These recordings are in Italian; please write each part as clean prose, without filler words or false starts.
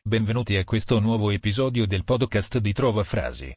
Benvenuti a questo nuovo episodio del podcast di Trova Frasi.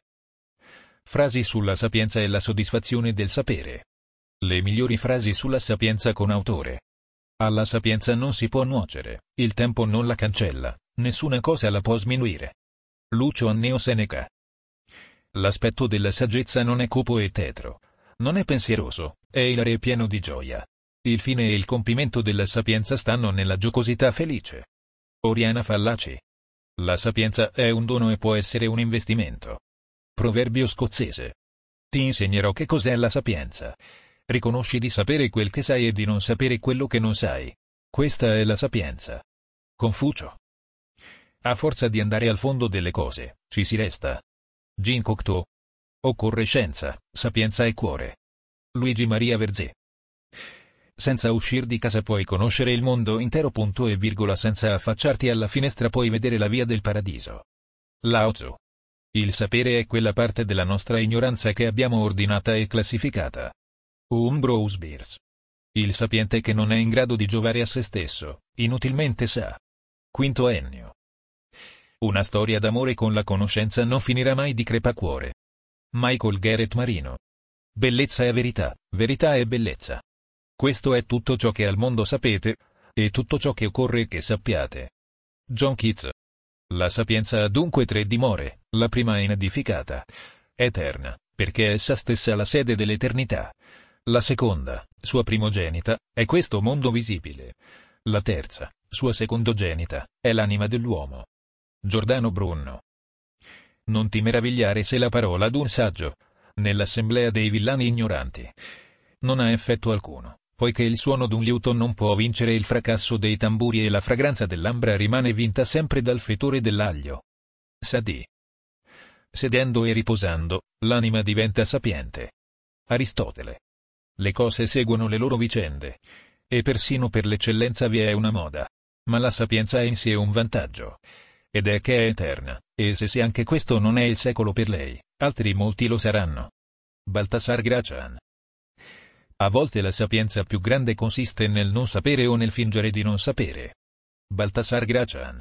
Frasi sulla sapienza e la soddisfazione del sapere. Le migliori frasi sulla sapienza con autore. Alla sapienza non si può nuocere, il tempo non la cancella, nessuna cosa la può sminuire. Lucio Anneo Seneca. L'aspetto della saggezza non è cupo e tetro, non è pensieroso, è ilare e pieno di gioia. Il fine e il compimento della sapienza stanno nella giocosità felice. Oriana Fallaci. La sapienza è un dono e può essere un investimento. Proverbio scozzese. Ti insegnerò che cos'è la sapienza. Riconosci di sapere quel che sai e di non sapere quello che non sai. Questa è la sapienza. Confucio. A forza di andare al fondo delle cose, ci si resta. Jean Cocteau. Occorre scienza, sapienza e cuore. Luigi Maria Verzé. Senza uscir di casa puoi conoscere il mondo intero. Punto e virgola. Senza affacciarti alla finestra puoi vedere la via del paradiso. Lao Tzu. Il sapere è quella parte della nostra ignoranza che abbiamo ordinata e classificata. Ambrose Bierce. Il sapiente che non è in grado di giovare a se stesso, inutilmente sa. Quinto Ennio. Una storia d'amore con la conoscenza non finirà mai di crepacuore. Michael Garrett Marino. Bellezza è verità, verità è bellezza. Questo è tutto ciò che al mondo sapete, e tutto ciò che occorre che sappiate. John Keats. La sapienza ha dunque tre dimore: la prima è inedificata, eterna, perché essa stessa è la sede dell'eternità. La seconda, sua primogenita, è questo mondo visibile. La terza, sua secondogenita, è l'anima dell'uomo. Giordano Bruno. Non ti meravigliare se la parola d'un saggio, nell'assemblea dei villani ignoranti, non ha effetto alcuno, poiché il suono d'un liuto non può vincere il fracasso dei tamburi e la fragranza dell'ambra rimane vinta sempre dal fetore dell'aglio. Sadì. Sedendo e riposando, l'anima diventa sapiente. Aristotele. Le cose seguono le loro vicende, e persino per l'eccellenza vi è una moda. Ma la sapienza è in sé un vantaggio, ed è che è eterna, e se anche questo non è il secolo per lei, altri molti lo saranno. Baltasar Gracian. A volte la sapienza più grande consiste nel non sapere o nel fingere di non sapere. Baltasar Gracian.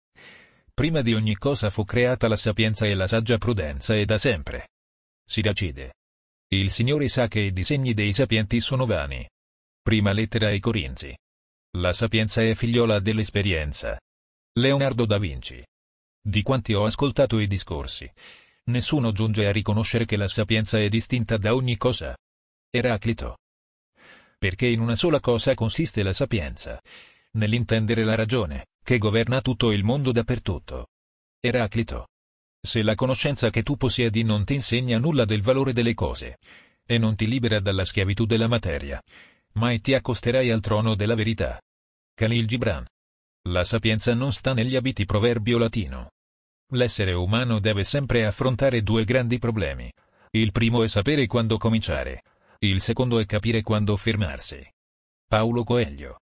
Prima di ogni cosa fu creata la sapienza e la saggia prudenza e da sempre. Siracide. Il Signore sa che i disegni dei sapienti sono vani. Prima lettera ai Corinzi. La sapienza è figliola dell'esperienza. Leonardo da Vinci. Di quanti ho ascoltato i discorsi, nessuno giunge a riconoscere che la sapienza è distinta da ogni cosa. Eraclito. Perché in una sola cosa consiste la sapienza: nell'intendere la ragione, che governa tutto il mondo dappertutto. Eraclito. Se la conoscenza che tu possiedi non ti insegna nulla del valore delle cose, e non ti libera dalla schiavitù della materia, mai ti accosterai al trono della verità. Khalil Gibran. La sapienza non sta negli abiti. Proverbio latino. L'essere umano deve sempre affrontare due grandi problemi. Il primo è sapere quando cominciare. Il secondo è capire quando fermarsi. Paulo Coelho.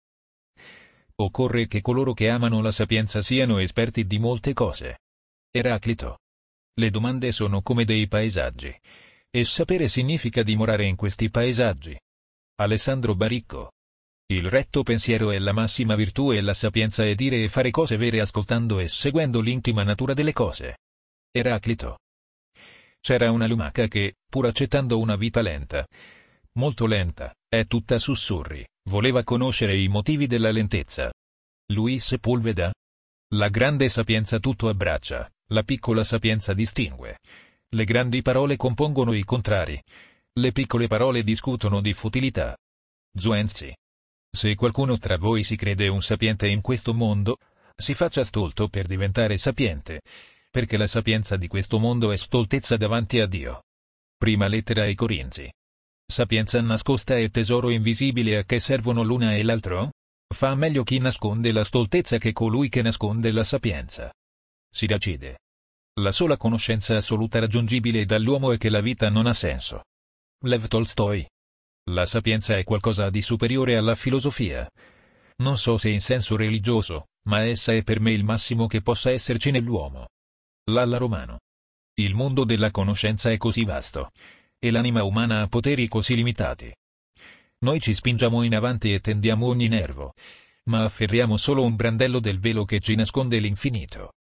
Occorre che coloro che amano la sapienza siano esperti di molte cose. Eraclito. Le domande sono come dei paesaggi, e sapere significa dimorare in questi paesaggi. Alessandro Baricco. Il retto pensiero è la massima virtù e la sapienza è dire e fare cose vere ascoltando e seguendo l'intima natura delle cose. Eraclito. C'era una lumaca che, pur accettando una vita lenta, molto lenta, è tutta sussurri, voleva conoscere i motivi della lentezza. Luis Sepúlveda. La grande sapienza tutto abbraccia, la piccola sapienza distingue. Le grandi parole compongono i contrari. Le piccole parole discutono di futilità. Zhuangzi. Se qualcuno tra voi si crede un sapiente in questo mondo, si faccia stolto per diventare sapiente, perché la sapienza di questo mondo è stoltezza davanti a Dio. Prima lettera ai Corinzi. Sapienza nascosta e tesoro invisibile, a che servono l'una e l'altro? Fa meglio chi nasconde la stoltezza che colui che nasconde la sapienza. Siracide. La sola conoscenza assoluta raggiungibile dall'uomo è che la vita non ha senso. Lev Tolstoi. La sapienza è qualcosa di superiore alla filosofia. Non so se in senso religioso, ma essa è per me il massimo che possa esserci nell'uomo. Lalla Romano. Il mondo della conoscenza è così vasto, e l'anima umana ha poteri così limitati. Noi ci spingiamo in avanti e tendiamo ogni nervo, ma afferriamo solo un brandello del velo che ci nasconde l'infinito.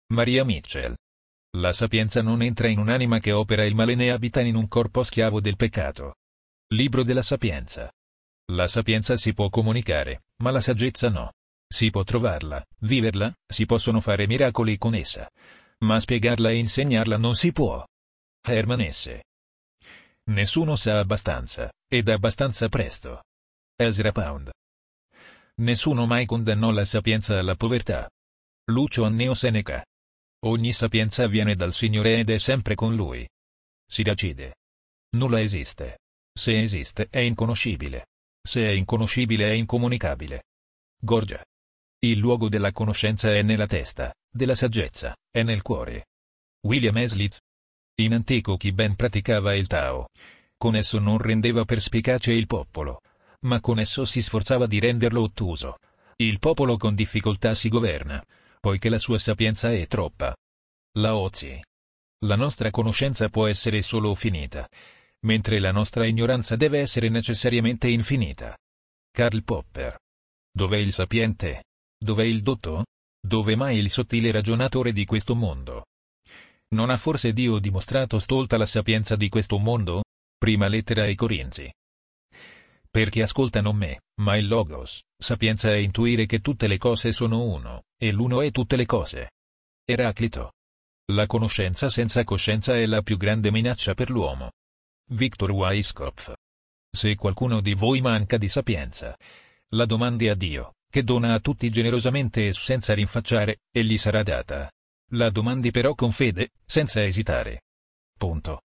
Maria Mitchell. La sapienza non entra in un'anima che opera il male né abita in un corpo schiavo del peccato. Libro della Sapienza. La sapienza si può comunicare, ma la saggezza no. Si può trovarla, viverla, si possono fare miracoli con essa. Ma spiegarla e insegnarla non si può. Hermann Hesse. Nessuno sa abbastanza, ed abbastanza presto. Ezra Pound. Nessuno mai condannò la sapienza alla povertà. Lucio Anneo Seneca. Ogni sapienza viene dal Signore ed è sempre con Lui. Siracide. Nulla esiste. Se esiste è inconoscibile. Se è inconoscibile è incomunicabile. Gorgia. Il luogo della conoscenza è nella testa, della saggezza, è nel cuore. William Hazlitt. In antico chi ben praticava il Tao. Con esso non rendeva perspicace il popolo, ma con esso si sforzava di renderlo ottuso. Il popolo con difficoltà si governa, poiché la sua sapienza è troppa. Lao Tzu. La nostra conoscenza può essere solo finita, mentre la nostra ignoranza deve essere necessariamente infinita. Karl Popper. Dov'è il sapiente? Dov'è il dotto? Dove mai il sottile ragionatore di questo mondo? Non ha forse Dio dimostrato stolta la sapienza di questo mondo? Prima lettera ai Corinzi. Perché ascoltano me, ma il Logos, sapienza è intuire che tutte le cose sono uno, e l'uno è tutte le cose. Eraclito. La conoscenza senza coscienza è la più grande minaccia per l'uomo. Victor Weisskopf. Se qualcuno di voi manca di sapienza, la domandi a Dio, che dona a tutti generosamente e senza rinfacciare, e gli sarà data. La domandi però con fede, senza esitare. Punto.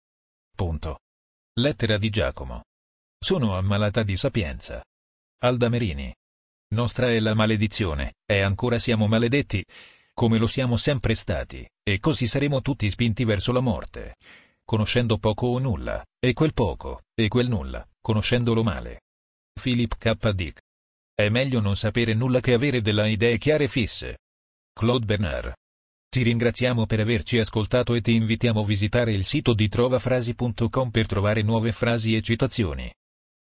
Lettera di Giacomo. Sono ammalata di sapienza. Alda Merini. Nostra è la maledizione, e ancora siamo maledetti, come lo siamo sempre stati, e così saremo tutti spinti verso la morte, conoscendo poco o nulla, e quel poco, e quel nulla, conoscendolo male. Philip K. Dick. È meglio non sapere nulla che avere delle idee chiare e fisse. Claude Bernard. Ti ringraziamo per averci ascoltato e ti invitiamo a visitare il sito di trovafrasi.com per trovare nuove frasi e citazioni.